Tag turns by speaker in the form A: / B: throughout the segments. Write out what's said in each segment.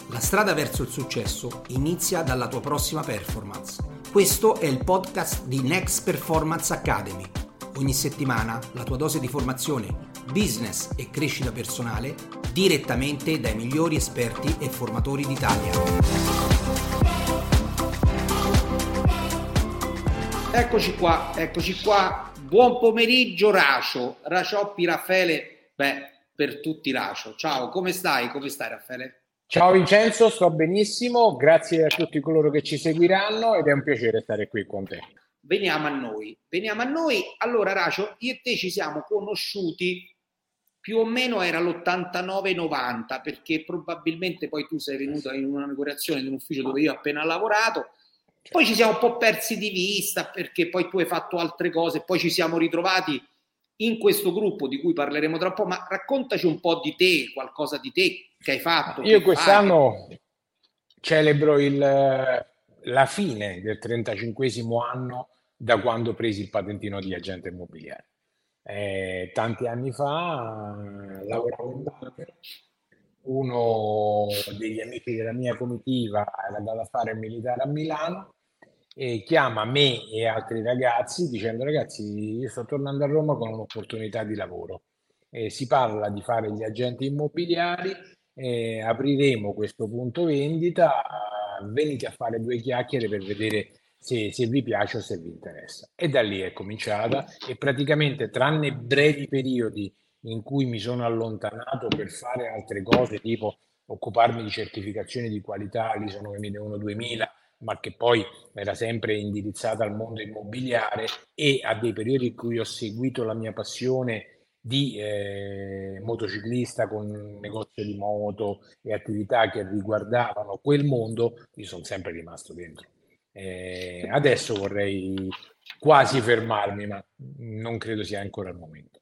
A: La strada verso il successo inizia dalla tua prossima performance. Questo è il podcast di Next Performance Academy. Ogni settimana la tua dose di formazione, business e crescita personale direttamente dai migliori esperti e formatori d'Italia. Eccoci qua. Buon pomeriggio Racio, Racioppi Raffaele, per tutti Racio. Ciao, come stai Raffaele?
B: Ciao Vincenzo, sto benissimo, grazie a tutti coloro che ci seguiranno ed è un piacere stare qui con te.
A: Veniamo a noi. Allora Racio, io e te ci siamo conosciuti più o meno era l'89-90, perché probabilmente poi tu sei venuto in un'inaugurazione di un ufficio dove io ho appena lavorato, poi ci siamo un po' persi di vista perché poi tu hai fatto altre cose, poi ci siamo ritrovati in questo gruppo di cui parleremo tra un po', ma raccontaci un po' di te, qualcosa di te che hai fatto.
B: Io quest'anno celebro la fine del 35esimo anno da quando presi il patentino di agente immobiliare. Tanti anni fa lavoravo in banca, uno degli amici della mia comitiva era andato a fare il militare a Milano e chiama me e altri ragazzi dicendo: ragazzi, io sto tornando a Roma con un'opportunità di lavoro. Si parla di fare gli agenti immobiliari, apriremo questo punto vendita, venite a fare due chiacchiere per vedere se vi piace o se vi interessa. E da lì è cominciata e praticamente tranne brevi periodi in cui mi sono allontanato per fare altre cose, tipo occuparmi di certificazioni di qualità, l'ISO 9001 2000, ma che poi era sempre indirizzata al mondo immobiliare, e a dei periodi in cui ho seguito la mia passione di motociclista con negozio di moto e attività che riguardavano quel mondo, io sono sempre rimasto dentro. Adesso vorrei quasi fermarmi, ma non credo sia ancora il momento.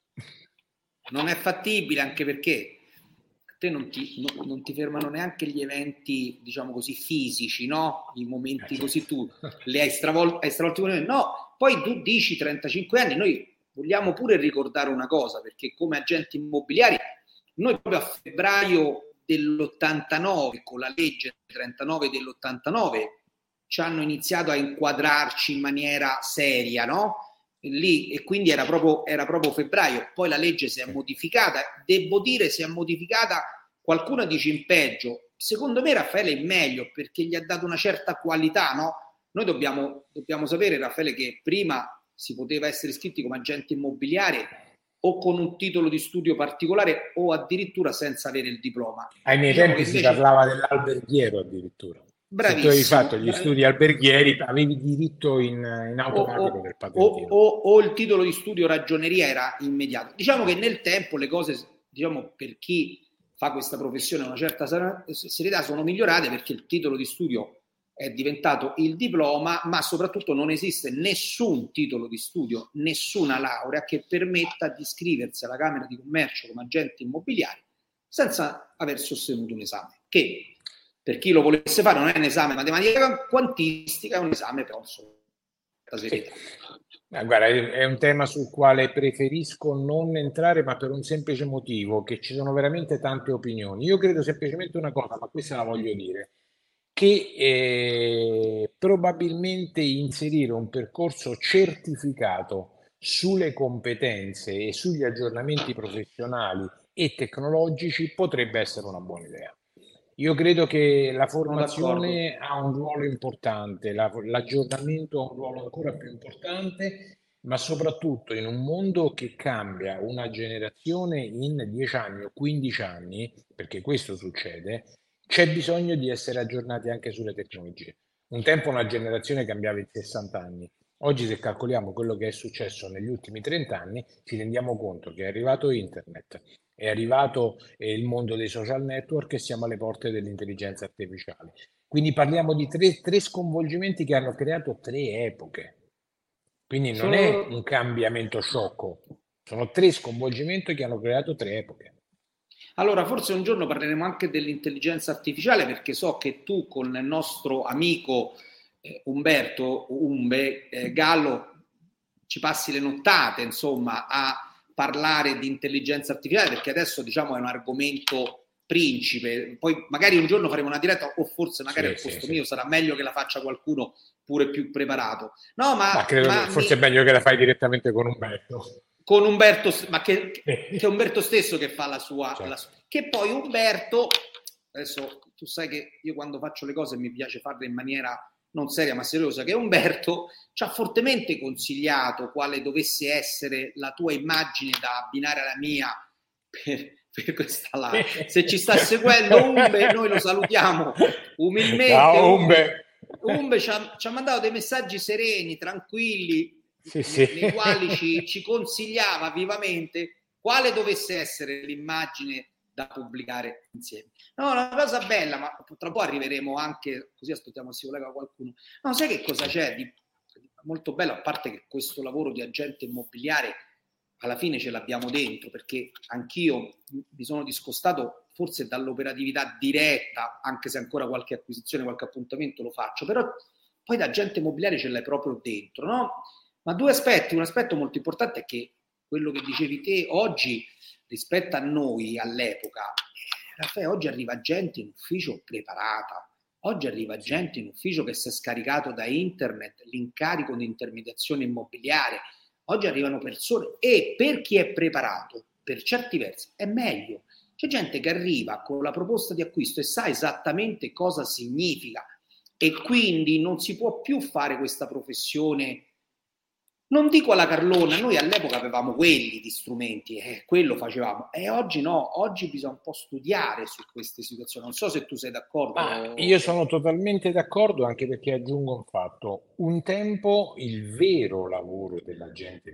A: Non è fattibile, anche perché a te non ti fermano neanche gli eventi, diciamo così, fisici, no? I momenti così tu li hai stravolti. No, poi tu dici 35 anni, noi vogliamo pure ricordare una cosa, perché come agenti immobiliari, noi proprio a febbraio dell'89, con la legge 39 dell'89, ci hanno iniziato a inquadrarci in maniera seria, no? Lì, e quindi era proprio febbraio. Poi la legge si è modificata, devo dire si è modificata, qualcuno dice in peggio, secondo me Raffaele è meglio perché gli ha dato una certa qualità, no? Noi dobbiamo sapere, Raffaele, che prima si poteva essere iscritti come agente immobiliare o con un titolo di studio particolare o addirittura senza avere il diploma.
B: Ai miei tempi si parlava dell'alberghiero addirittura. Se tu avevi fatto gli studi alberghieri avevi diritto in automatico del patentino.
A: O il titolo di studio ragioneria era immediato. Diciamo che nel tempo le cose, diciamo, per chi fa questa professione una certa serietà sono migliorate, perché il titolo di studio è diventato il diploma, ma soprattutto non esiste nessun titolo di studio, nessuna laurea che permetta di iscriversi alla Camera di Commercio come agente immobiliare senza aver sostenuto un esame, che per chi lo volesse fare non è un esame matematica quantistica, è un esame però serietà.
B: Guarda, è un tema sul quale preferisco non entrare, ma per un semplice motivo, che ci sono veramente tante opinioni. Io credo semplicemente una cosa, ma questa la voglio dire, che probabilmente inserire un percorso certificato sulle competenze e sugli aggiornamenti professionali e tecnologici potrebbe essere una buona idea. Io credo che la formazione ha un ruolo importante, l'aggiornamento ha un ruolo ancora più importante, ma soprattutto in un mondo che cambia una generazione in 10 anni o 15 anni, perché questo succede, c'è bisogno di essere aggiornati anche sulle tecnologie. Un tempo una generazione cambiava in 60 anni. Oggi, se calcoliamo quello che è successo negli ultimi 30 anni, ci rendiamo conto che è arrivato internet, è arrivato il mondo dei social network e siamo alle porte dell'intelligenza artificiale. Quindi parliamo di tre sconvolgimenti che hanno creato tre epoche. Quindi non è un cambiamento sciocco, sono tre sconvolgimenti che hanno creato tre epoche.
A: Allora, forse un giorno parleremo anche dell'intelligenza artificiale, perché so che tu con il nostro amico Umberto Gallo ci passi le nottate, insomma, a parlare di intelligenza artificiale, perché adesso, diciamo, è un argomento principe. Poi magari un giorno faremo una diretta, o forse magari al posto mio sarà meglio che la faccia qualcuno pure più preparato. No,
B: Ma credo che forse è meglio che la fai direttamente con Umberto.
A: Con Umberto, ma che è Umberto stesso che fa la sua,
B: Certo.
A: che poi Umberto, adesso tu sai che io quando faccio le cose mi piace farle in maniera non seria ma seriosa, che Umberto ci ha fortemente consigliato quale dovesse essere la tua immagine da abbinare alla mia per questa live. Se ci sta seguendo Umbe, noi lo salutiamo umilmente.
B: Ciao, Umbe.
A: Umbe ci ha mandato dei messaggi sereni, tranquilli,
B: sì.
A: nei quali ci consigliava vivamente quale dovesse essere l'immagine da pubblicare insieme. No, una cosa bella, ma tra un po' arriveremo anche, così aspettiamo se si collega qualcuno. No, sai che cosa c'è di molto bello, a parte che questo lavoro di agente immobiliare alla fine ce l'abbiamo dentro, perché anch'io mi sono discostato forse dall'operatività diretta, anche se ancora qualche acquisizione, qualche appuntamento lo faccio, però poi da agente immobiliare ce l'hai proprio dentro, no? Ma due aspetti, un aspetto molto importante è che quello che dicevi te oggi rispetto a noi all'epoca, Raffaele, oggi arriva gente in ufficio preparata, oggi arriva gente in ufficio che si è scaricato da internet l'incarico di intermediazione immobiliare, oggi arrivano persone e per chi è preparato, per certi versi, è meglio. C'è gente che arriva con la proposta di acquisto e sa esattamente cosa significa e quindi non si può più fare questa professione. Non dico alla Carlona, noi all'epoca avevamo quelli di strumenti, quello facevamo, e oggi no, oggi bisogna un po' studiare su queste situazioni. Non so se tu sei d'accordo.
B: Io sono totalmente d'accordo, anche perché aggiungo un fatto. Un tempo il vero lavoro dell'agente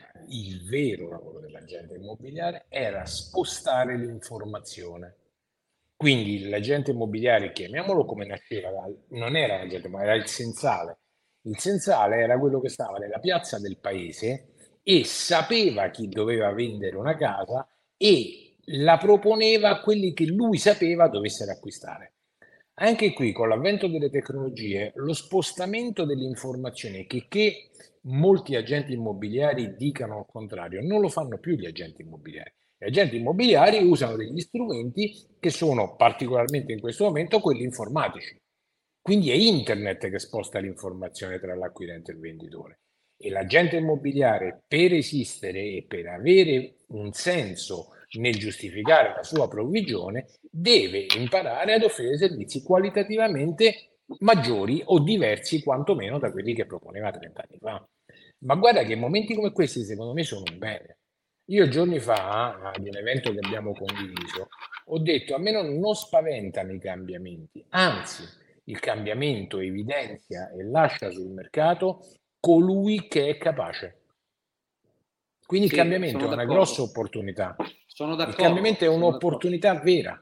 B: immobiliare era spostare l'informazione. Quindi l'agente immobiliare, chiamiamolo come nasceva, non era l'agente, ma era il sensale. Il sensale era quello che stava nella piazza del paese e sapeva chi doveva vendere una casa e la proponeva a quelli che lui sapeva dovessero acquistare. Anche qui, con l'avvento delle tecnologie, lo spostamento delle informazioni, che molti agenti immobiliari dicano il contrario, non lo fanno più gli agenti immobiliari. Gli agenti immobiliari usano degli strumenti che sono particolarmente in questo momento quelli informatici. Quindi è internet che sposta l'informazione tra l'acquirente e il venditore. E l'agente immobiliare, per esistere e per avere un senso nel giustificare la sua provvigione, deve imparare ad offrire servizi qualitativamente maggiori o diversi quantomeno da quelli che proponeva 30 anni fa. Ma guarda che momenti come questi secondo me sono un bene. Io giorni fa, ad un evento che abbiamo condiviso, ho detto a me non spaventano i cambiamenti, anzi il cambiamento evidenzia e lascia sul mercato colui che è capace. Quindi il
A: Sì,
B: cambiamento
A: sono
B: è una
A: d'accordo.
B: grossa opportunità.
A: Sono
B: Il
A: d'accordo.
B: cambiamento è un'opportunità vera.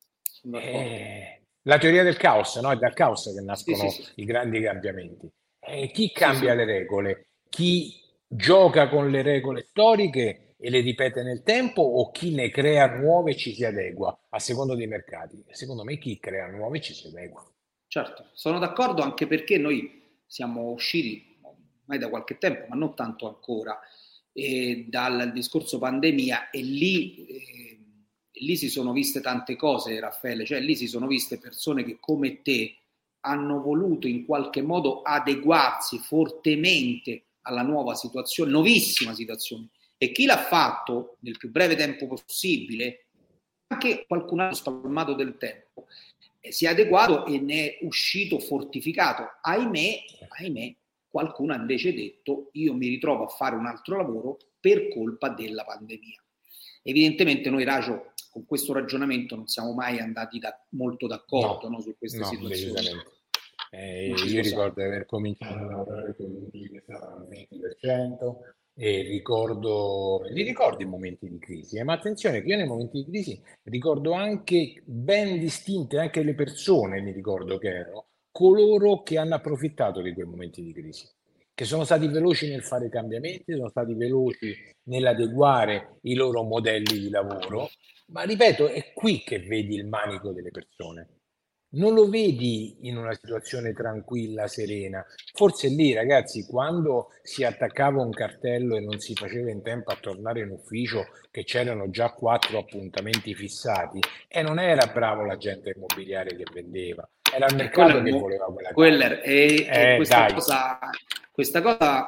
B: La teoria del caos, no? È dal caos che nascono i grandi cambiamenti. Chi cambia le regole? Chi gioca con le regole storiche e le ripete nel tempo o chi ne crea nuove e ci si adegua a seconda dei mercati? Secondo me chi crea nuove ci si adegua.
A: Certo, sono d'accordo anche perché noi siamo usciti ormai da qualche tempo, ma non tanto ancora, dal discorso pandemia e lì si sono viste tante cose, Raffaele, cioè lì si sono viste persone che come te hanno voluto in qualche modo adeguarsi fortemente alla nuova situazione, nuovissima situazione, e chi l'ha fatto nel più breve tempo possibile, anche qualcun altro spalmato del tempo, si è adeguato e ne è uscito fortificato. Ahimè, qualcuno ha invece detto io mi ritrovo a fare un altro lavoro per colpa della pandemia. Evidentemente noi, Racio, con questo ragionamento non siamo mai andati molto d'accordo, no, su queste situazioni.
B: Io ricordo di aver cominciato a lavorare con l'utile che stava al 20% e li ricordo i momenti di crisi, ma attenzione che io nei momenti di crisi ricordo anche ben distinte, anche le persone mi ricordo che erano coloro che hanno approfittato di quei momenti di crisi, che sono stati veloci nel fare cambiamenti, sono stati veloci nell'adeguare i loro modelli di lavoro, ma ripeto, è qui che vedi il manico delle persone. non lo vedi in una situazione tranquilla, serena. Forse lì, ragazzi, quando si attaccava un cartello e non si faceva in tempo a tornare in ufficio, che c'erano già 4 appuntamenti fissati, e non era bravo l'agente immobiliare che vendeva, era il
A: Quello è
B: mercato che voleva quella casa.
A: Queller, e
B: Dai,
A: questa cosa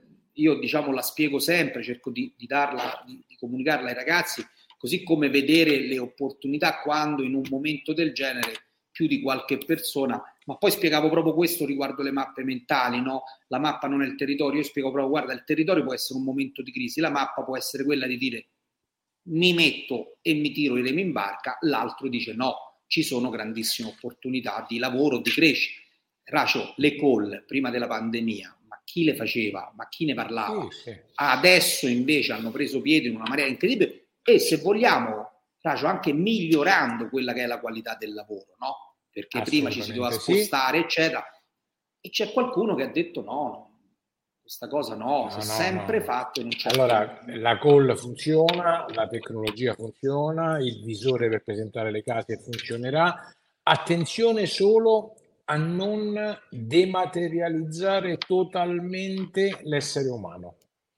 A: io diciamo la spiego sempre, cerco di darla, di comunicarla ai ragazzi, così come vedere le opportunità quando in un momento del genere più di qualche persona, ma poi spiegavo proprio questo riguardo le mappe mentali, no? La mappa non è il territorio, io spiego proprio, guarda, il territorio può essere un momento di crisi, la mappa può essere quella di dire mi metto e mi tiro i remi in barca, l'altro dice no, ci sono grandissime opportunità di lavoro, di crescita. Racio, le call prima della pandemia, ma chi le faceva, ma chi ne parlava?
B: sì, sì,
A: Adesso invece hanno preso piede in una maniera incredibile e se vogliamo, Racio, anche migliorando quella che è la qualità del lavoro, no? Perché prima ci si doveva
B: assolutamente sì.
A: spostare, eccetera, e c'è qualcuno che ha detto no, questa cosa no, si è
B: No, no, no,
A: sempre
B: no.
A: fatto in un certo modo.
B: Allora, la call funziona, la tecnologia funziona, il visore per presentare le case funzionerà. Attenzione solo a non dematerializzare totalmente l'essere umano.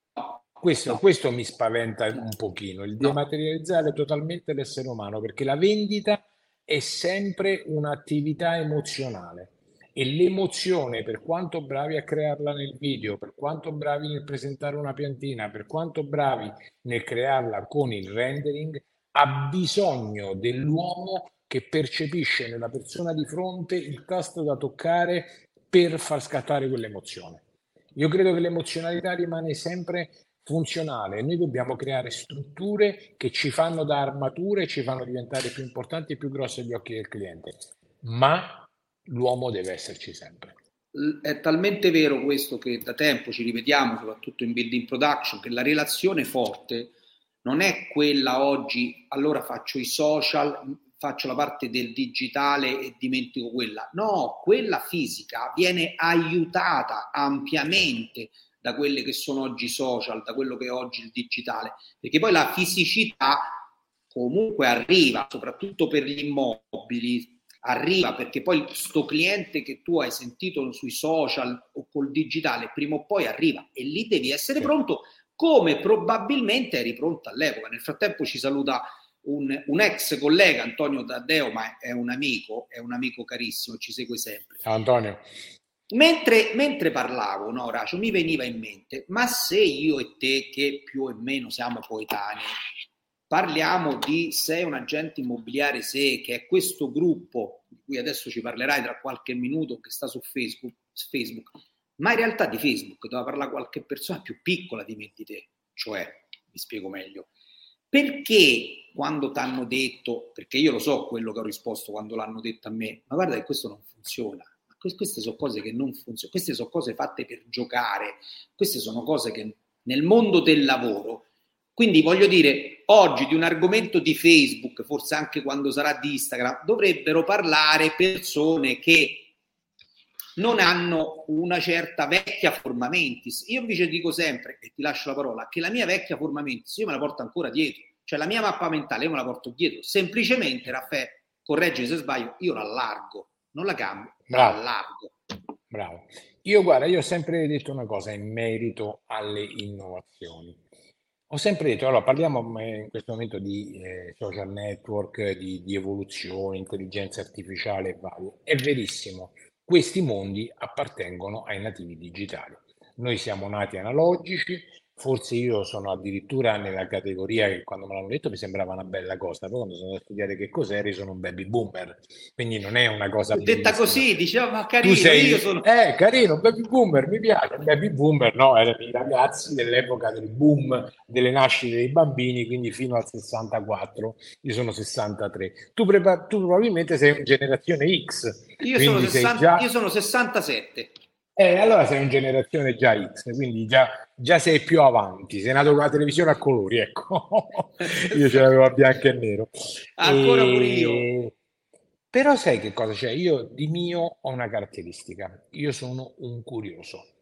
B: Questo,
A: No,
B: questo mi spaventa
A: no,
B: un pochino, il
A: no.
B: dematerializzare totalmente l'essere umano, perché la vendita è sempre un'attività emozionale e l'emozione, per quanto bravi a crearla nel video, per quanto bravi nel presentare una piantina, per quanto bravi nel crearla con il rendering, ha bisogno dell'uomo che percepisce nella persona di fronte il tasto da toccare per far scattare quell'emozione. Io credo che l'emozionalità rimane sempre funzionale. Noi dobbiamo creare strutture che ci fanno da armature e ci fanno diventare più importanti e più grossi agli occhi del cliente, ma l'uomo deve esserci sempre.
A: È talmente vero questo che da tempo ci ripetiamo, soprattutto in building production, che la relazione forte non è quella oggi, allora faccio i social, faccio la parte del digitale e dimentico quella. No, quella fisica viene aiutata ampiamente da quelle che sono oggi i social, da quello che è oggi il digitale, perché poi la fisicità comunque arriva, soprattutto per gli immobili, arriva perché poi sto cliente che tu hai sentito sui social o col digitale prima o poi arriva e lì devi essere
B: Sì.
A: pronto come probabilmente eri pronto all'epoca. Nel frattempo ci saluta un ex collega, Antonio Taddeo, ma è un amico carissimo, ci segue sempre.
B: Ciao Antonio.
A: Mentre parlavo, no, Racio, mi veniva in mente, ma se io e te, che più o meno siamo coetanei, parliamo di sei un agente immobiliare se, che è questo gruppo di cui adesso ci parlerai tra qualche minuto che sta su Facebook, ma in realtà di Facebook doveva parlare qualche persona più piccola di me e di te, cioè, mi spiego meglio, perché quando ti hanno detto, perché io lo so quello che ho risposto quando l'hanno detto a me, ma guarda che questo non funziona, queste sono cose che non funzionano, queste sono cose fatte per giocare, queste sono cose che nel mondo del lavoro, quindi voglio dire, oggi di un argomento di Facebook, forse anche quando sarà di Instagram, dovrebbero parlare persone che non hanno una certa vecchia forma mentis. Io invece dico sempre, e ti lascio la parola, che la mia vecchia forma mentis io me la porto ancora dietro, cioè la mia mappa mentale io me la porto dietro, semplicemente Raffaele, correggimi se sbaglio, io l'allargo, non la cambio,
B: Bravo,
A: l'allargo.
B: bravo. Io guarda, io ho sempre detto una cosa in merito alle innovazioni. Ho sempre detto, allora parliamo in questo momento di social network, di evoluzione, intelligenza artificiale e varie. È verissimo, questi mondi appartengono ai nativi digitali. Noi siamo nati analogici, forse io sono addirittura nella categoria che quando me l'hanno detto mi sembrava una bella cosa, poi quando sono andato a studiare che cos'era, io sono un baby boomer, quindi non è una cosa
A: Detta
B: bellissima.
A: così, diceva, ma
B: Tu
A: carino, io
B: sei,
A: sono...
B: carino, baby boomer, mi piace. Baby boomer, no, erano i ragazzi dell'epoca del boom delle nascite dei bambini, quindi fino al 64, io sono 63. Tu probabilmente sei un generazione X, quindi sei
A: Io
B: già,
A: sono 67.
B: allora sei un generazione già X, quindi già sei più avanti, sei nato con la televisione a colori, ecco, io ce l'avevo a bianco e nero.
A: Ancora pure io.
B: E... Però sai che cosa c'è? Io di mio ho una caratteristica, io sono un curioso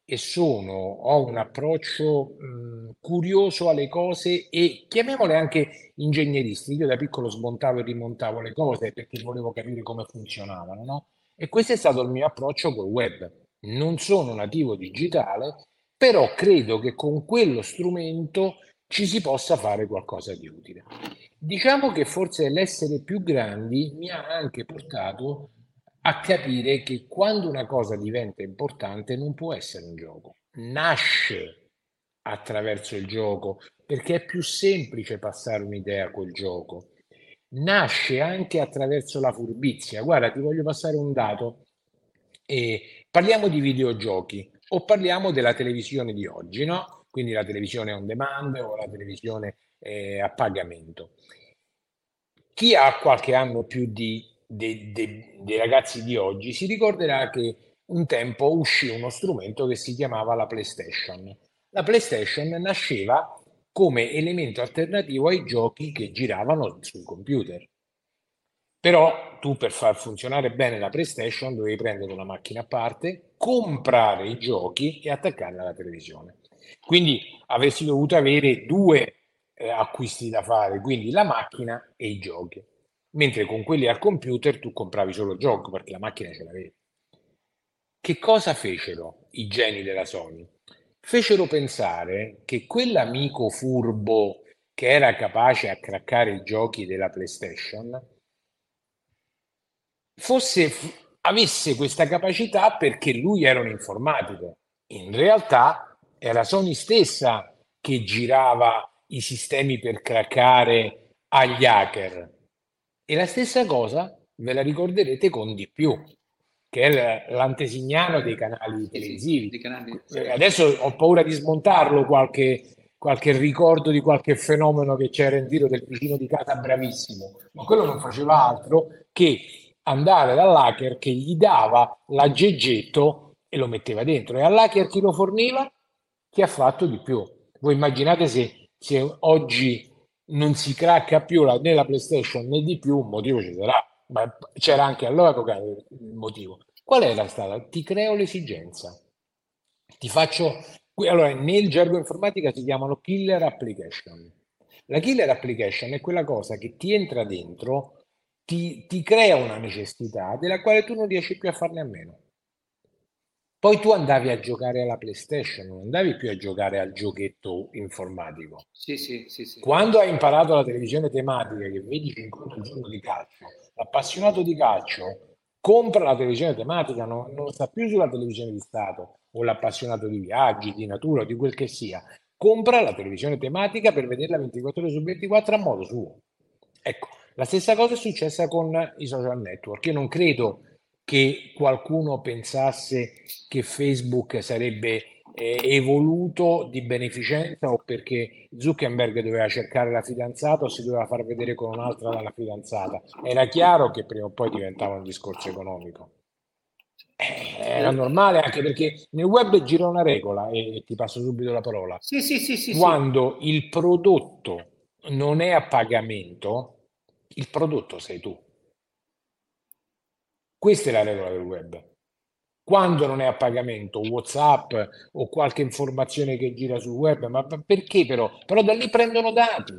B: e ho un approccio curioso alle cose e chiamiamole anche ingegneristiche. Io da piccolo smontavo e rimontavo le cose perché volevo capire come funzionavano, no? E questo è stato il mio approccio col web. Non sono nativo digitale, però credo che con quello strumento ci si possa fare qualcosa di utile. Diciamo che forse l'essere più grandi mi ha anche portato a capire che quando una cosa diventa importante non può essere un gioco, nasce attraverso il gioco perché è più semplice passare un'idea a quel gioco, nasce anche attraverso la furbizia. Guarda, ti voglio passare un dato e parliamo di videogiochi o parliamo della televisione di oggi, no? Quindi la televisione on demand o la televisione a pagamento. Chi ha qualche anno più dei ragazzi di oggi si ricorderà che un tempo uscì uno strumento che si chiamava la PlayStation. La PlayStation nasceva come elemento alternativo ai giochi che giravano sul computer. Però tu per far funzionare bene la PlayStation dovevi prendere una macchina a parte, comprare i giochi e attaccarla alla televisione. Quindi avresti dovuto avere due acquisti da fare, quindi la macchina e i giochi. Mentre con quelli al computer tu compravi solo il gioco perché la macchina ce l'avevi. Che cosa fecero i geni della Sony? Fecero pensare che quell'amico furbo che era capace a craccare i giochi della PlayStation avesse questa capacità perché lui era un informatico. In realtà era Sony stessa che girava i sistemi per craccare agli hacker. E la stessa cosa ve la ricorderete con Di più, che è l'antesignano dei canali
A: Sì, sì,
B: televisivi.
A: dei canali, sì.
B: Adesso ho paura di smontarlo qualche ricordo di qualche fenomeno che c'era in giro del vicino di casa bravissimo, ma quello non faceva altro che andare dall'hacker che gli dava l'aggegetto e lo metteva dentro. E all'hacker chi lo forniva? Chi ha fatto di più. Voi immaginate se oggi non si cracca più né la PlayStation né di più, un motivo ci sarà, ma c'era anche all'epoca il motivo. Qual era stata? Ti creo l'esigenza. Ti faccio. Allora, nel gergo informatica si chiamano killer application. La killer application è quella cosa che ti entra dentro, ti crea una necessità della quale tu non riesci più a farne a meno. Poi tu andavi a giocare alla PlayStation, non andavi più a giocare al giochetto informatico.
A: Sì, sì, sì, sì.
B: Quando hai imparato la televisione tematica, che vedi 50 giorni di calcio, l'appassionato di calcio compra la televisione tematica, non sta più sulla televisione di Stato o l'appassionato di viaggi, di natura, di quel che sia, compra la televisione tematica per vederla 24 ore su 24 a modo suo. Ecco, la stessa cosa è successa con i social network. Io non credo che qualcuno pensasse che Facebook sarebbe evoluto di beneficenza o perché Zuckerberg doveva cercare la fidanzata o si doveva far vedere con un'altra dalla fidanzata. Era chiaro che prima o poi diventava un discorso economico. Era normale anche perché nel web gira una regola e ti passo subito la parola.
A: Sì, sì, sì, sì, sì.
B: Quando il prodotto non è a pagamento, il prodotto sei tu. Questa è la regola del web. Quando non è a pagamento, WhatsApp o qualche informazione che gira sul web, ma perché però? Però da lì prendono dati.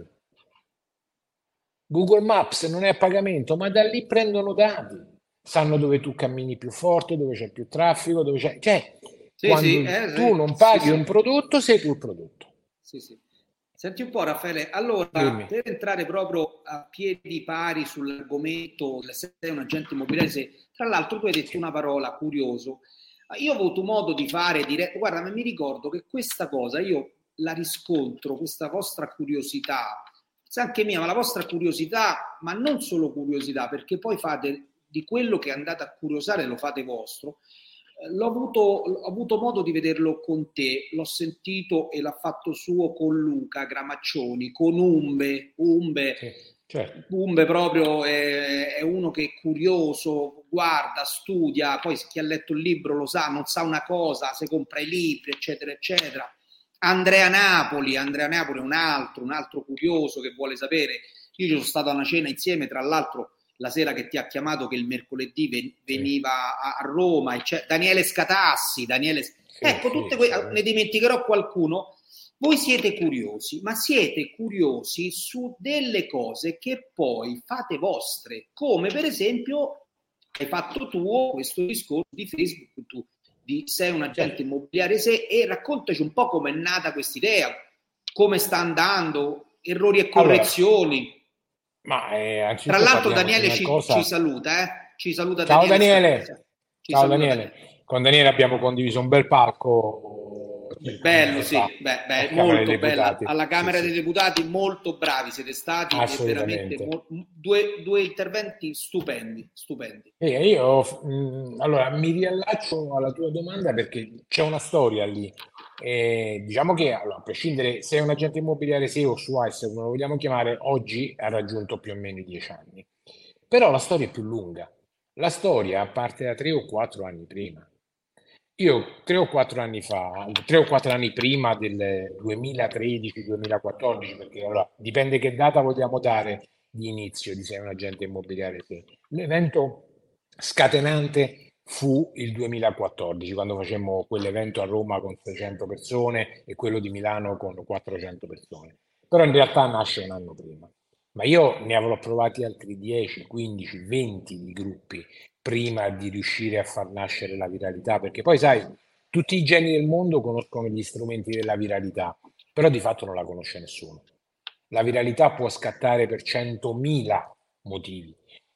B: Google Maps non è a pagamento, ma da lì prendono dati. Sanno dove tu cammini più forte, dove c'è più traffico, dove c'è. Cioè,
A: Sì, sì,
B: quando tu non
A: sì,
B: paghi un
A: sì.
B: prodotto, sei tu il prodotto.
A: Sì, sì. Senti un po', Raffaele, allora,
B: Dimmi.
A: per entrare proprio a piedi pari sull'argomento, sei un agente immobiliare, tra l'altro tu hai detto
B: Sì.
A: una parola, curioso. Io ho avuto modo di fare diretto, guarda, ma mi ricordo che questa cosa io la riscontro, questa vostra curiosità, forse anche mia, ma la vostra curiosità, ma non solo curiosità, perché poi fate di quello che andate a curiosare, lo fate vostro. Ho avuto modo di vederlo con te, l'ho sentito e l'ha fatto suo con Luca Gramaccioni, con
B: Sì, certo.
A: Umbe proprio è uno che è curioso, guarda, studia, poi chi ha letto il libro lo sa, non sa una cosa, se compra i libri, eccetera, eccetera. Andrea Napoli è un altro curioso che vuole sapere. Io ci sono stato a una cena insieme, tra l'altro la sera che ti ha chiamato, che il mercoledì
B: sì,
A: veniva a Roma, Daniele Scatassi,
B: sì,
A: ecco,
B: sì,
A: ne
B: sì.
A: dimenticherò qualcuno. Voi siete curiosi, ma siete curiosi su delle cose che poi fate vostre, come per esempio hai fatto tu questo discorso di Facebook, tu sei un agente
B: Certo.
A: immobiliare se, e raccontaci un po' come è nata questa idea, come sta andando, errori e
B: Allora,
A: correzioni.
B: ma
A: Tra
B: anzitutto
A: l'altro
B: parliamo di
A: Daniele
B: una
A: ci
B: cosa.
A: saluta, ci saluta
B: Ciao
A: Daniele Scatassi.
B: Daniele,
A: Ci
B: ciao
A: saluta
B: Daniele.
A: Daniele.
B: Con Daniele abbiamo condiviso un bel palco circa un
A: Bello,
B: mese fa
A: sì,
B: a Camera dei
A: molto bella.
B: Deputati.
A: Alla
B: Sì,
A: Camera dei
B: sì,
A: Deputati molto bravi siete stati e veramente
B: assolutamente.
A: due interventi stupendi, stupendi.
B: Allora, mi riallaccio alla tua domanda perché c'è una storia lì. Diciamo che, allora, a prescindere se è un agente immobiliare SEO o su AIS, come lo vogliamo chiamare, oggi ha raggiunto più o meno i 10 anni. Però la storia è più lunga. La storia parte da 3 o 4 anni prima. Io 3 o 4 anni fa, 3 o 4 anni prima del 2013-2014, perché allora dipende che data vogliamo dare di inizio di Sei un agente immobiliare. Sì. L'evento scatenante fu il 2014, quando facemmo quell'evento a Roma con 600 persone e quello di Milano con 400 persone. Però in realtà nasce un anno prima. Ma io ne avrò provati altri 10, 15, 20 di gruppi prima di riuscire a far nascere la viralità, perché poi sai, tutti i geni del mondo conoscono gli strumenti della viralità, però di fatto non la conosce nessuno. La viralità può scattare per 100.000 motivi.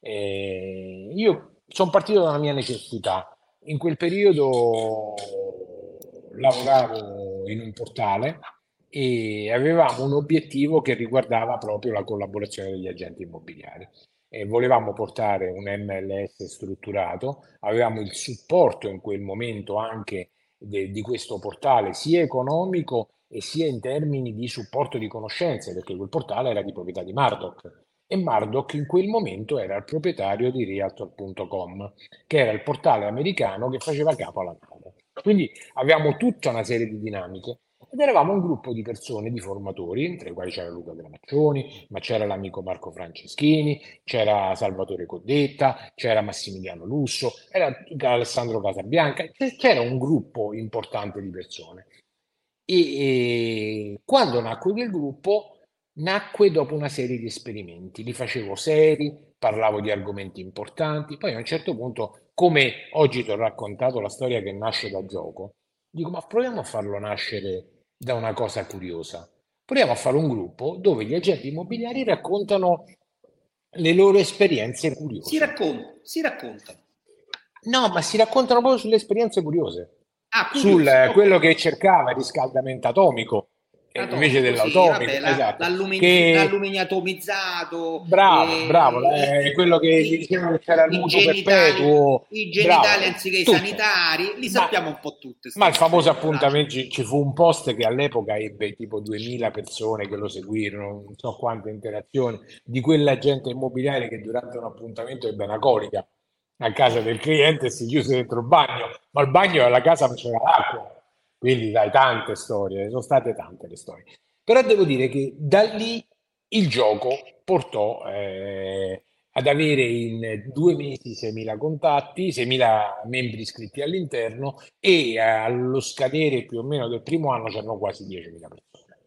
B: Io sono partito da una mia necessità. In quel periodo lavoravo in un portale e avevamo un obiettivo che riguardava proprio la collaborazione degli agenti immobiliari. E volevamo portare un MLS strutturato, avevamo il supporto in quel momento anche di questo portale, sia economico e sia in termini di supporto di conoscenze, perché quel portale era di proprietà di Murdoch. E Murdoch in quel momento era il proprietario di Realtor.com, che era il portale americano che faceva capo alla Nave. Quindi avevamo tutta una serie di dinamiche ed eravamo un gruppo di persone, di formatori, tra i quali c'era Luca Gramaccioni, ma c'era l'amico Marco Franceschini, c'era Salvatore Codetta, c'era Massimiliano Lusso, era Alessandro Casabianca, c'era un gruppo importante di persone. E quando nacque quel gruppo, nacque dopo una serie di esperimenti. Li facevo seri, parlavo di argomenti importanti, poi a un certo punto, come oggi ti ho raccontato la storia che nasce da gioco, dico, ma proviamo a farlo nascere da una cosa curiosa. Proviamo a fare un gruppo dove gli agenti immobiliari raccontano le loro esperienze curiose.
A: Si raccontano.
B: No, ma si raccontano proprio sulle esperienze curiose,
A: Ah,
B: sul
A: curiosi, ok.
B: quello che cercava il riscaldamento atomico invece
A: Atomico, sì,
B: dell'automico,
A: vabbè,
B: esatto, che
A: l'alluminio atomizzato,
B: bravo, bravo, è quello che gli dicevano che c'era il mutuo perpetuo,
A: i
B: bravo,
A: genitali anziché i
B: tutte.
A: sanitari, li
B: Ma,
A: sappiamo un po' tutte
B: ma
A: queste
B: il
A: cose,
B: famoso
A: mi piace.
B: appuntamento, ci fu un post che all'epoca ebbe tipo 2000 persone che lo seguirono, non so quante interazioni, di quell'agente immobiliare che durante un appuntamento ebbe una colica a casa del cliente e si chiuse dentro il bagno, ma il bagno alla casa non c'era l'acqua. Quindi, dai, tante storie, sono state tante le storie. Però devo dire che da lì il gioco portò ad avere in 2 mesi 6.000 contatti, 6.000 membri iscritti all'interno e allo scadere più o meno del primo anno c'erano quasi 10.000 persone.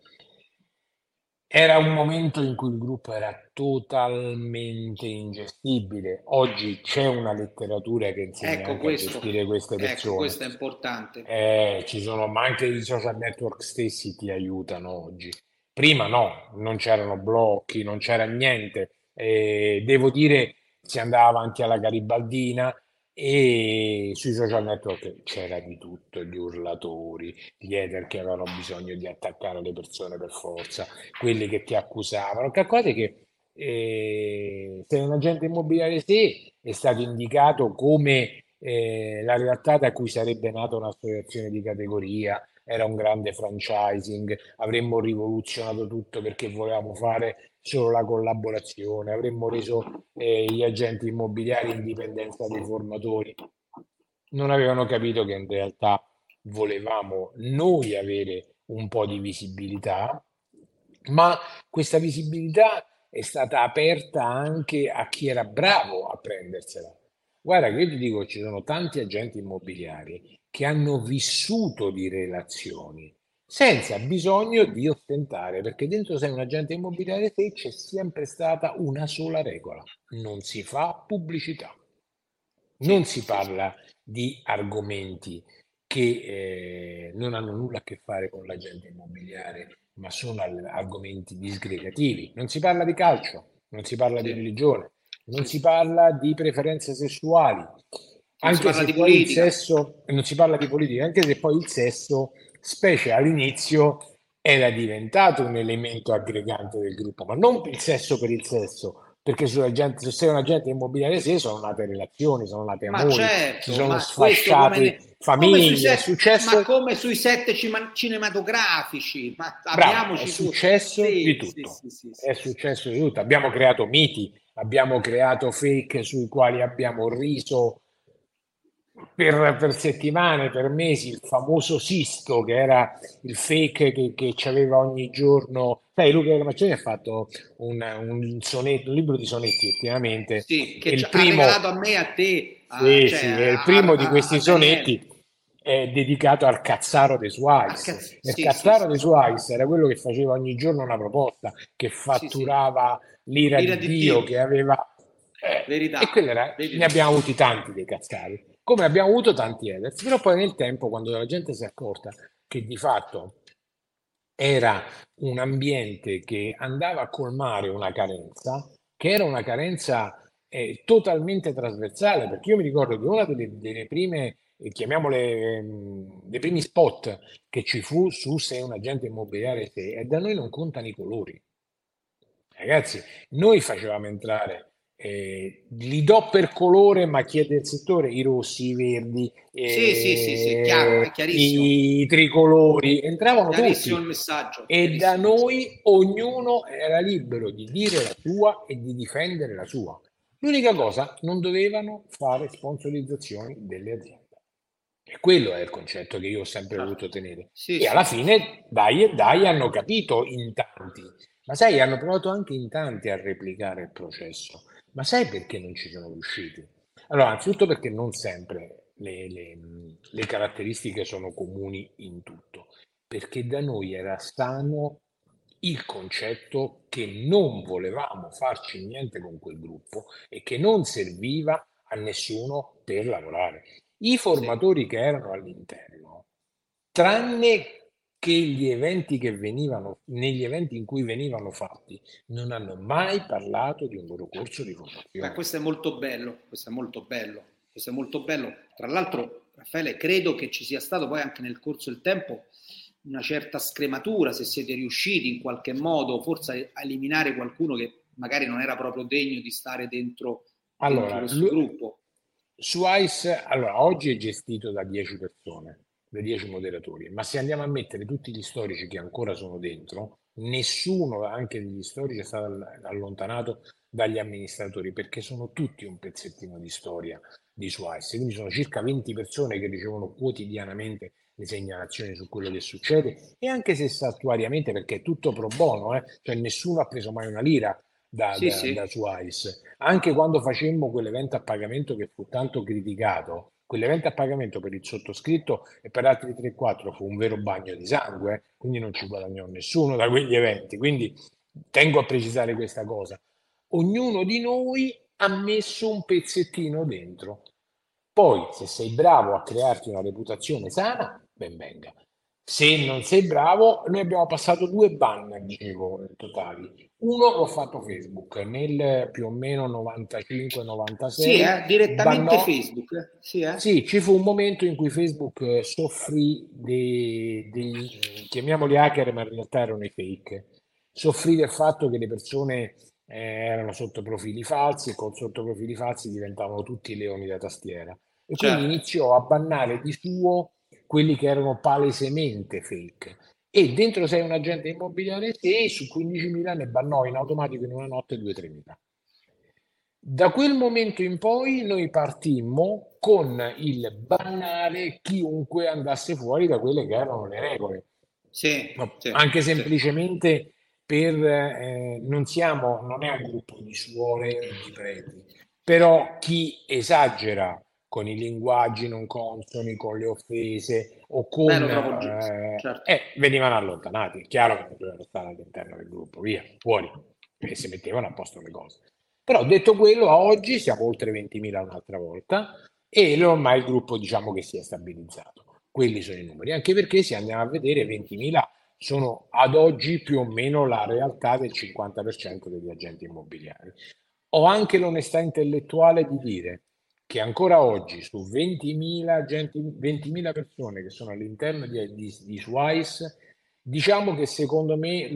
B: Era un momento in cui il gruppo era totalmente ingestibile. Oggi c'è una letteratura che insegna anche a gestire queste
A: Ecco,
B: persone.
A: questo è importante.
B: Ci sono, ma anche i social network stessi ti aiutano oggi. Prima no, non c'erano blocchi, non c'era niente. Devo dire, si andava avanti alla garibaldina e sui social network c'era di tutto, gli urlatori, gli hater che avevano bisogno di attaccare le persone per forza, quelli che ti accusavano, cose che se un agente immobiliare sì è stato indicato come la realtà da cui sarebbe nata un'associazione di categoria, era un grande franchising, avremmo rivoluzionato tutto perché volevamo fare solo la collaborazione, avremmo reso gli agenti immobiliari in dipendenza dei formatori. Non avevano capito che in realtà volevamo noi avere un po' di visibilità, ma questa visibilità è stata aperta anche a chi era bravo a prendersela. Guarda che io ti dico, ci sono tanti agenti immobiliari che hanno vissuto di relazioni senza bisogno di ostentare, perché dentro sei un agente immobiliare te c'è sempre stata una sola regola: non si fa pubblicità, non
A: Sì,
B: si
A: sì, sì.
B: parla di argomenti che non hanno nulla a che fare con l'agente immobiliare, ma sono argomenti disgregativi. Non si parla di calcio, non si parla di
A: Sì,
B: religione, non
A: sì,
B: si
A: sì.
B: parla di preferenze sessuali,
A: Non si
B: anche
A: parla
B: se
A: di
B: poi il
A: politica.
B: sesso, non si parla di politica, anche se poi il sesso, specie all'inizio, era diventato un elemento aggregante del gruppo, ma non il sesso per il sesso, perché se sei un agente immobiliare, sì, sono nate relazioni, sono nati
A: Ma
B: amori, si
A: certo,
B: sono
A: ma questo come,
B: sfasciate famiglie, è
A: ma
B: successo,
A: come sui set cinematografici, ma
B: bravo, è
A: abbiamoci tu.
B: successo di
A: Sì, sì,
B: tutto,
A: sì, sì,
B: è
A: sì, sì.
B: successo di tutto. Abbiamo creato miti, abbiamo creato fake sui quali abbiamo riso per settimane, per mesi, il famoso Sisto, che era il fake che c'aveva ogni giorno. Sai, Luca Ramaccioni ha fatto un libro di sonetti ultimamente,
A: Sì,
B: e
A: che
B: il
A: ha regalato
B: primo,
A: a me e a te,
B: sì,
A: cioè
B: sì, e il primo di
A: a
B: questi
A: Daniele.
B: sonetti è dedicato al Cazzaro de Suarez. Il
A: Sì, sì,
B: Cazzaro
A: sì,
B: de
A: sì.
B: Suarez era quello che faceva ogni giorno una proposta, che
A: Sì, sì.
B: fatturava l'ira
A: L'ira
B: di
A: di
B: Dio,
A: Dio,
B: che aveva... e quello
A: verità,
B: ne
A: verità.
B: abbiamo avuti tanti dei Cazzari, come abbiamo avuto tanti Eders, però poi nel tempo, quando la gente si è accorta che di fatto era un ambiente che andava a colmare una carenza, che era una carenza totalmente trasversale, perché io mi ricordo che una delle prime, chiamiamole, dei primi spot che ci fu su "Sei un agente immobiliare te", e da noi non contano i colori. Ragazzi, noi facevamo entrare, li do per colore, ma chi è del settore, i rossi, i verdi,
A: Sì, sì, sì, sì, chiaro, è chiarissimo.
B: i tricolori, entravano
A: Chiarissimo
B: tutti.
A: il messaggio,
B: E da
A: chiarissimo il messaggio.
B: noi ognuno era libero di dire la sua e di difendere la sua. L'unica cosa, non dovevano fare sponsorizzazioni delle aziende. E quello è il concetto che io ho sempre
A: Certo.
B: voluto tenere.
A: Sì,
B: E
A: sì,
B: alla
A: sì, sì.
B: fine, dai e dai, hanno capito in tanti. Ma sai, hanno provato anche in tanti a replicare il processo. Ma sai perché non ci sono riusciti? Allora, anzitutto perché non sempre le caratteristiche sono comuni in tutto, perché da noi era sano il concetto che non volevamo farci niente con quel gruppo e che non serviva a nessuno per lavorare. I
A: Sì.
B: formatori che erano all'interno, tranne che negli eventi in cui venivano fatti, non hanno mai parlato di un loro corso di
A: Beh,
B: formazione.
A: questo è molto bello, questo è molto bello, questo è molto bello. Tra l'altro, Raffaele, credo che ci sia stato poi anche nel corso del tempo una certa scrematura, se siete riusciti in qualche modo forse a eliminare qualcuno che magari non era proprio degno di stare dentro
B: Allora,
A: questo gruppo.
B: su ICE, allora, oggi è gestito da 10 persone, da 10 moderatori, ma se andiamo a mettere tutti gli storici che ancora sono dentro, nessuno, anche degli storici, è stato allontanato dagli amministratori, perché sono tutti un pezzettino di storia di Suarez. Quindi sono circa 20 persone che ricevono quotidianamente le segnalazioni su quello che succede, e anche se saltuariamente, perché è tutto pro bono, cioè nessuno ha preso mai una lira
A: Sì,
B: da
A: sì,
B: Suarez. Anche quando facemmo quell'evento a pagamento che fu tanto criticato, quell'evento a pagamento per il sottoscritto e per altri 3-4 fu un vero bagno di sangue, quindi non ci guadagnò nessuno da quegli eventi. Quindi tengo a precisare questa cosa. Ognuno di noi ha messo un pezzettino dentro. Poi, se sei bravo a crearti una reputazione sana, ben venga. Se non sei bravo, noi abbiamo passato 2 ban, dicevo, totali. Uno l'ho fatto Facebook nel più o meno
A: sì,
B: 95-96,
A: direttamente
B: bannò.
A: Facebook, sì,
B: Sì, ci fu un momento in cui Facebook soffrì chiamiamoli hacker, ma in realtà erano i fake. Soffrì del fatto che le persone erano sotto profili falsi, e con sotto profili falsi diventavano tutti leoni da tastiera. E quindi
A: certo.
B: iniziò a bannare di suo quelli che erano palesemente fake. E dentro sei un agente immobiliare e su 15.000 ne bannò in automatico in una notte 2-3.000. Da quel momento in poi noi partimmo con il bannare chiunque andasse fuori da quelle che erano le regole,
A: Sì,
B: ma
A: sì,
B: anche
A: sì.
B: semplicemente non è un gruppo di suore e di preti, però chi esagera con i linguaggi non consoni, con le offese o
A: Beh,
B: con...
A: lo trovo giusto, certo.
B: venivano allontanati. È chiaro che non dovevano stare all'interno del gruppo, via, fuori, e si mettevano a posto le cose. Però detto quello, a oggi siamo oltre 20.000 un'altra volta e ormai il gruppo diciamo che si è stabilizzato. Quelli sono i numeri, anche perché se andiamo a vedere 20.000 sono ad oggi più o meno la realtà del 50% degli agenti immobiliari. Ho anche l'onestà intellettuale di dire che ancora oggi su 20.000 agenti, 20.000 persone che sono all'interno di Swice, diciamo che secondo me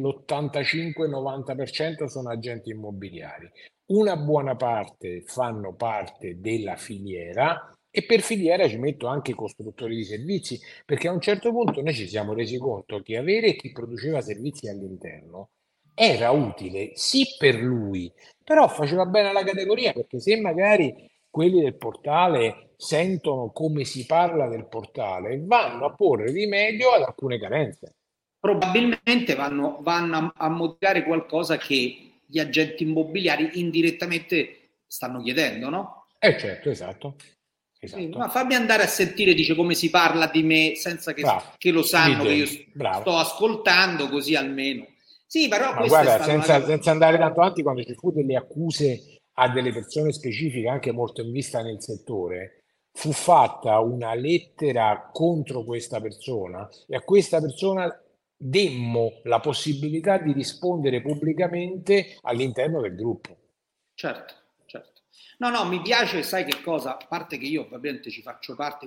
B: l'85-90% sono agenti immobiliari. Una buona parte fanno parte della filiera e per filiera ci metto anche i costruttori di servizi, perché a un certo punto noi ci siamo resi conto che avere chi produceva servizi all'interno era utile sì per lui, però faceva bene alla categoria, perché se magari quelli del portale sentono come si parla del portale, vanno a porre rimedio ad alcune carenze.
A: Probabilmente vanno a modificare qualcosa che gli agenti immobiliari indirettamente stanno chiedendo, no?
B: Certo, esatto,
A: Ma
B: esatto.
A: fammi andare a sentire, dice, come si parla di me senza
B: Bravo,
A: che lo
B: lì
A: sanno che io
B: dentro, bravo.
A: sto ascoltando, così almeno. Sì, però
B: Ma
A: questa è
B: guarda,
A: stata una cosa.
B: senza andare tanto avanti, quando ci fu delle accuse a delle persone specifiche, anche molto in vista nel settore, fu fatta una lettera contro questa persona e a questa persona demmo la possibilità di rispondere pubblicamente all'interno del gruppo.
A: Certo, certo. No, no, mi piace, sai che cosa? A parte che io ovviamente ci faccio parte,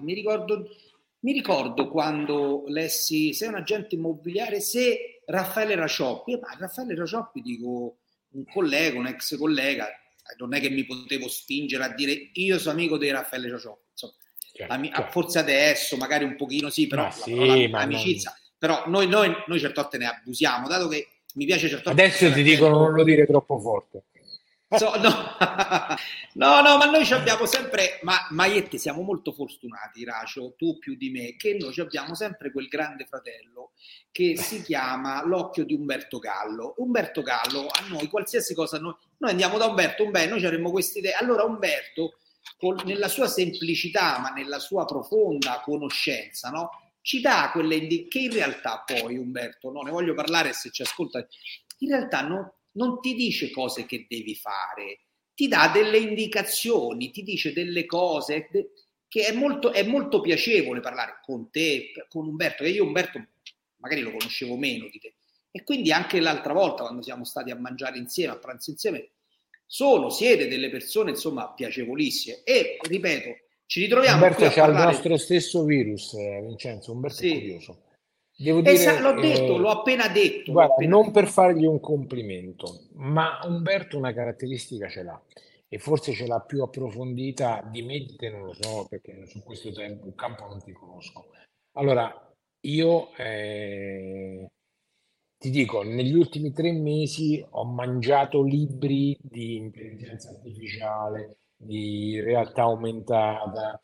A: mi ricordo quando lessi, sei un agente immobiliare, se Raffaele Racioppi, ma Raffaele Racioppi dico un collega, un ex collega, non è che mi potevo spingere a dire io sono amico di Raffaele Racioppi, insomma,
B: Certo, certo.
A: forse adesso magari un pochino sì,
B: Ma
A: però la
B: sì,
A: parola
B: ma non...
A: amicizia, però noi certe volte ne abusiamo, dato che mi piace certe volte
B: Adesso
A: stare
B: ti dicono non
A: attento.
B: lo dire troppo forte.
A: No. No, no, ma noi ci abbiamo sempre, ma io e te siamo molto fortunati, Racio, tu più di me, che noi ci abbiamo sempre quel grande fratello che si chiama l'occhio di Umberto Gallo. Umberto Gallo, a noi, qualsiasi cosa, noi andiamo da Umberto, noi avremmo queste idee. Allora Umberto, nella sua semplicità, ma nella sua profonda conoscenza, no? Ci dà quelle che in realtà poi Umberto, no, ne voglio parlare se ci ascolta, in realtà non ti dice cose che devi fare, ti dà delle indicazioni, ti dice delle cose che è molto piacevole parlare con te, con Umberto, che io Umberto magari lo conoscevo meno di te. E quindi anche l'altra volta, quando siamo stati a mangiare insieme, a pranzo insieme, siete delle persone, insomma, piacevolissime. E, ripeto, ci ritroviamo qui
B: Umberto
A: a
B: c'ha il
A: parlare.
B: nostro stesso virus, Vincenzo. Umberto è
A: Sì.
B: curioso. Devo dire,
A: L'ho detto, l'ho appena detto, l'ho
B: guarda,
A: appena
B: non
A: detto.
B: per fargli un complimento, ma Umberto una caratteristica ce l'ha e forse ce l'ha più approfondita di me, di te non lo so, perché su questo campo non ti conosco. Allora, io ti dico, negli ultimi 3 mesi ho mangiato libri di intelligenza artificiale, di realtà aumentata,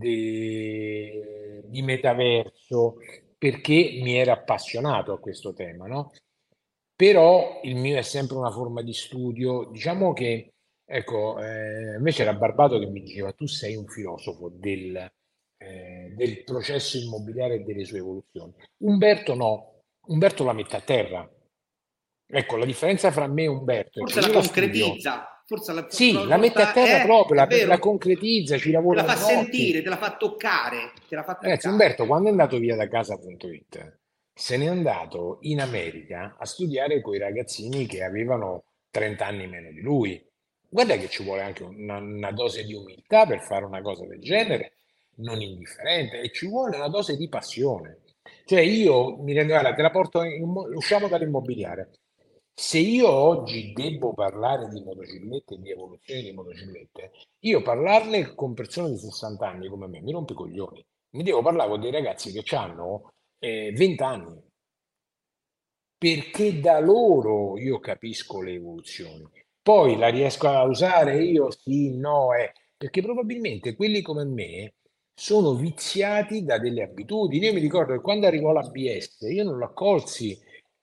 B: di metaverso, perché mi era appassionato a questo tema, no? Però il mio è sempre una forma di studio. Diciamo che, ecco, a me c'era Barbato che mi diceva, tu sei un filosofo del processo immobiliare e delle sue evoluzioni. Umberto no, Umberto la mette a terra. Ecco, la differenza fra me e Umberto è che
A: Forse la
B: io la studio,
A: concretizza, forse
B: sì, la mette a
A: porta,
B: terra proprio,
A: è
B: la
A: vero,
B: concretizza, ci
A: te la
B: lavora
A: fa
B: di notte.
A: sentire, te la fa toccare, te la fa
B: Ragazzi,
A: toccare.
B: Umberto, quando è andato via da casa.it, se n'è andato in America a studiare con i ragazzini che avevano 30 anni meno di lui. Guarda che ci vuole anche una dose di umiltà per fare una cosa del genere, non indifferente, e ci vuole una dose di passione. Cioè io mi rendo, guarda, te la porto, usciamo dall'immobiliare. Se io oggi devo parlare di motociclette e di evoluzione di motociclette, io parlarne con persone di 60 anni come me mi rompe i coglioni. Mi devo parlare con dei ragazzi che hanno 20 anni, perché da loro io capisco le evoluzioni. Poi la riesco a usare io? Sì, no, perché probabilmente quelli come me sono viziati da delle abitudini. Io mi ricordo che quando arrivò l'ABS, io non lo accolsi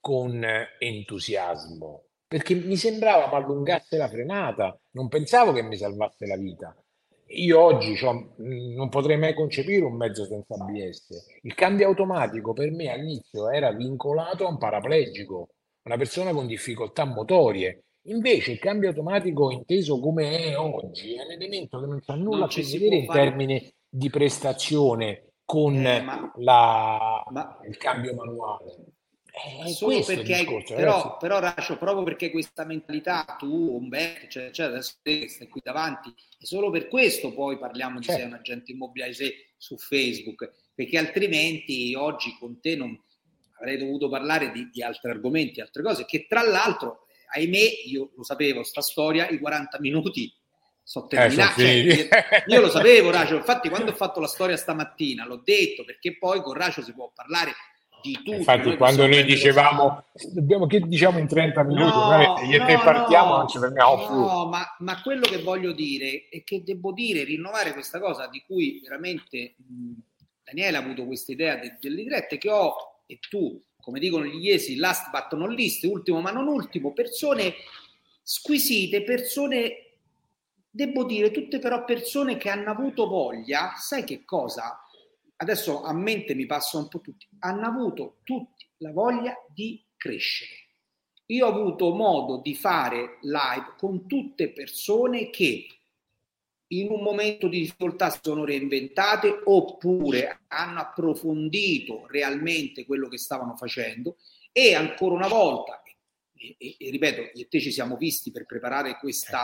B: con entusiasmo, perché mi sembrava mi allungasse la frenata, non pensavo che mi salvasse la vita. Io oggi non potrei mai concepire un mezzo senza ABS. Il cambio automatico per me all'inizio era vincolato a un paraplegico, una persona con difficoltà motorie. Invece il cambio automatico inteso come è oggi è un elemento che non ha nulla
A: Non
B: a che
A: ci si
B: vedere
A: può
B: in
A: fare,
B: termini di prestazione con
A: ma, ma
B: il cambio manuale. È
A: solo
B: questo il
A: perché
B: discorso, ragazzi.
A: però Raccio, proprio perché questa mentalità tu, Umberto, cioè adesso te che stai qui davanti, e solo per questo poi parliamo di sei un
B: Certo,
A: agente immobiliare su Facebook, perché altrimenti oggi con te non avrei dovuto parlare di altri argomenti, altre cose, che tra l'altro, ahimè, io lo sapevo, sta storia, i 40 minuti sono
B: sono
A: terminati, cioè,
B: finiti.
A: io lo sapevo, Racio, infatti quando ho fatto la storia stamattina l'ho detto, perché poi con Racio si può parlare di tutto,
B: Infatti,
A: noi
B: quando
A: possiamo
B: noi
A: prendere lo...
B: dicevamo, dobbiamo, che diciamo in 30 minuti, noi
A: No,
B: io e te
A: no,
B: partiamo, non ci
A: no,
B: fermiamo più.
A: no, ma quello che voglio dire è che devo dire, rinnovare questa cosa di cui veramente Daniele ha avuto questa idea delle dirette che ho, e tu, come dicono gli iesi, last but not least, ultimo ma non ultimo, persone squisite, persone, devo dire, tutte però persone che hanno avuto voglia, sai che cosa? Adesso a mente mi passano un po' tutti, hanno avuto tutti la voglia di crescere. Io ho avuto modo di fare live con tutte persone che in un momento di difficoltà si sono reinventate oppure hanno approfondito realmente quello che stavano facendo e ancora una volta, e ripeto, io e te ci siamo visti per preparare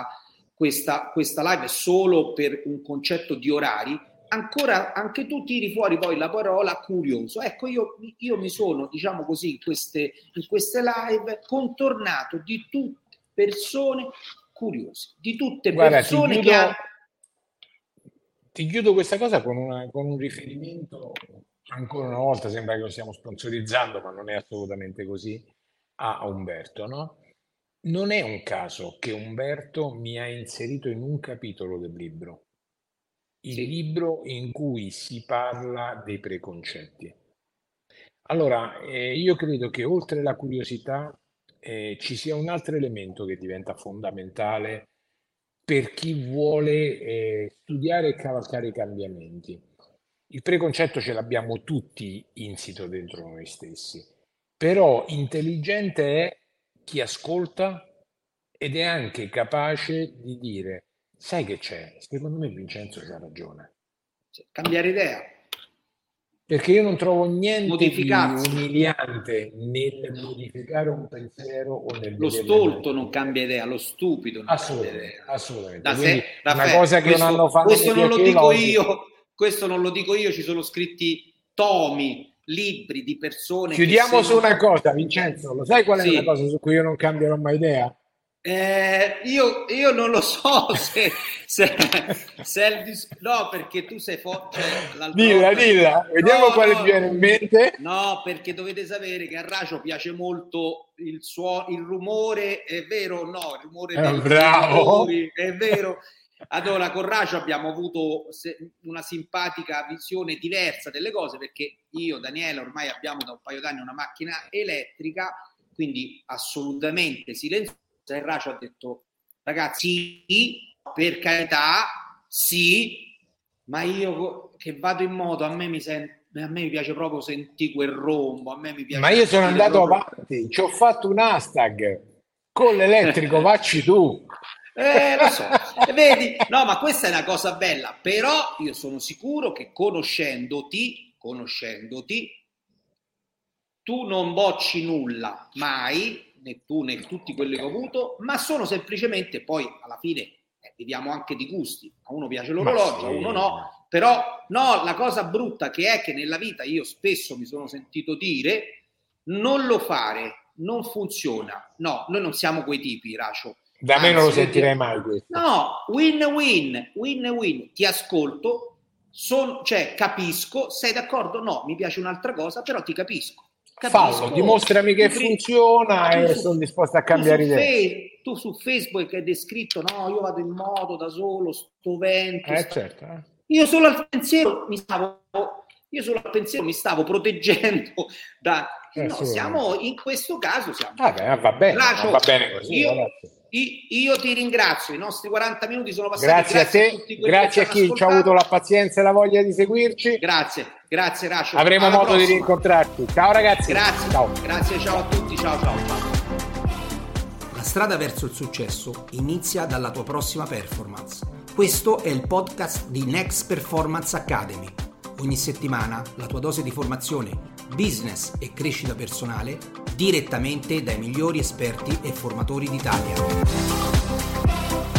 A: questa live solo per un concetto di orari, ancora anche tu tiri fuori poi la parola curioso. Ecco, io mi sono, diciamo così, in queste live contornato di tutte persone curiose, di tutte
B: Guarda,
A: persone che hanno...
B: ti chiudo questa cosa con un riferimento, ancora una volta sembra che lo stiamo sponsorizzando, ma non è assolutamente così, a Umberto, no? Non è un caso che Umberto mi ha inserito in un capitolo del libro, il
A: Sì,
B: libro in cui si parla dei preconcetti. Allora, io credo che oltre la curiosità ci sia un altro elemento che diventa fondamentale per chi vuole studiare e cavalcare i cambiamenti. Il preconcetto ce l'abbiamo tutti insito dentro noi stessi, però intelligente è chi ascolta ed è anche capace di dire, sai che c'è? Secondo me Vincenzo c'ha ragione.
A: sì, cambiare idea,
B: Perché io non trovo niente di
A: modificarsi.
B: umiliante nel modificare un pensiero o nel
A: Lo
B: vederlo in
A: stolto
B: un'altra
A: non cambia
B: maniera.
A: idea, lo stupido non cambia
B: Assolutamente,
A: idea.
B: assolutamente.
A: Da
B: Quindi
A: sé,
B: una
A: Raffaele,
B: cosa che un anno fa non mi
A: questo non lo
B: piaceva,
A: dico
B: oggi
A: io, questo non lo dico io, ci sono scritti tomi, libri di persone che
B: chiudiamo
A: se
B: su
A: non...
B: una cosa, Vincenzo. Lo sai qual è una
A: Sì,
B: cosa su cui io non cambierò mai idea?
A: io non lo so se è no, perché tu sei cioè, l'altra
B: Dilla,
A: volta
B: dilla, vediamo
A: no,
B: quale ti viene in mente.
A: no, perché dovete sapere che a Racio piace molto il rumore, è vero o no? Il rumore dei
B: Bravo.
A: motori, è vero. Allora, con Racio abbiamo avuto una simpatica visione diversa delle cose perché io, Daniele, ormai abbiamo da un paio d'anni una macchina elettrica, quindi assolutamente silenziosa. E Racio ha detto, ragazzi, sì, per carità, sì, ma io che vado in moto, a me mi piace proprio sentire quel rombo, a me mi
B: Ma
A: piace
B: io sono
A: sentire
B: andato
A: proprio...
B: avanti, ci ho fatto un hashtag con l'elettrico, vacci tu.
A: Lo so, e vedi, no, ma questa è una cosa bella, però io sono sicuro che conoscendoti, tu non bocci nulla, mai, né tu né tutti quelli
B: Per
A: che ho
B: carità.
A: avuto, ma sono semplicemente, poi alla fine viviamo anche di gusti, a uno piace
B: Ma
A: l'orologio, a uno
B: sì,
A: no,
B: ma...
A: però no, la cosa brutta che è che nella vita io spesso mi sono sentito dire non lo fare, non funziona, no, noi non siamo quei tipi, Racio,
B: Da me non lo
A: anzi, io ti...
B: sentirei mai questo.
A: No, win-win, ti ascolto, cioè capisco, sei d'accordo? No, mi piace un'altra cosa, però ti capisco.
B: Fallo,
A: Capisco,
B: dimostrami che funziona
A: tu
B: e
A: su,
B: sono disposto a cambiare idea.
A: tu su Facebook hai descritto, no, io vado in moto da solo, sto vento,
B: Certo.
A: io solo al pensiero mi stavo Io sul pensiero mi stavo proteggendo da... No, siamo in questo caso siamo...
B: va bene,
A: Racio,
B: va bene così.
A: Io ti ringrazio, i nostri 40 minuti sono passati.
B: Grazie a te, grazie a chi ci ha avuto la pazienza e la voglia di seguirci.
A: Grazie Racio.
B: Avremo modo di rincontrarci. Ciao ragazzi.
A: Grazie,
B: ciao
A: a tutti, ciao.
C: La strada verso il successo inizia dalla tua prossima performance. Questo è il podcast di Next Performance Academy. Ogni settimana la tua dose di formazione, business e crescita personale direttamente dai migliori esperti e formatori d'Italia.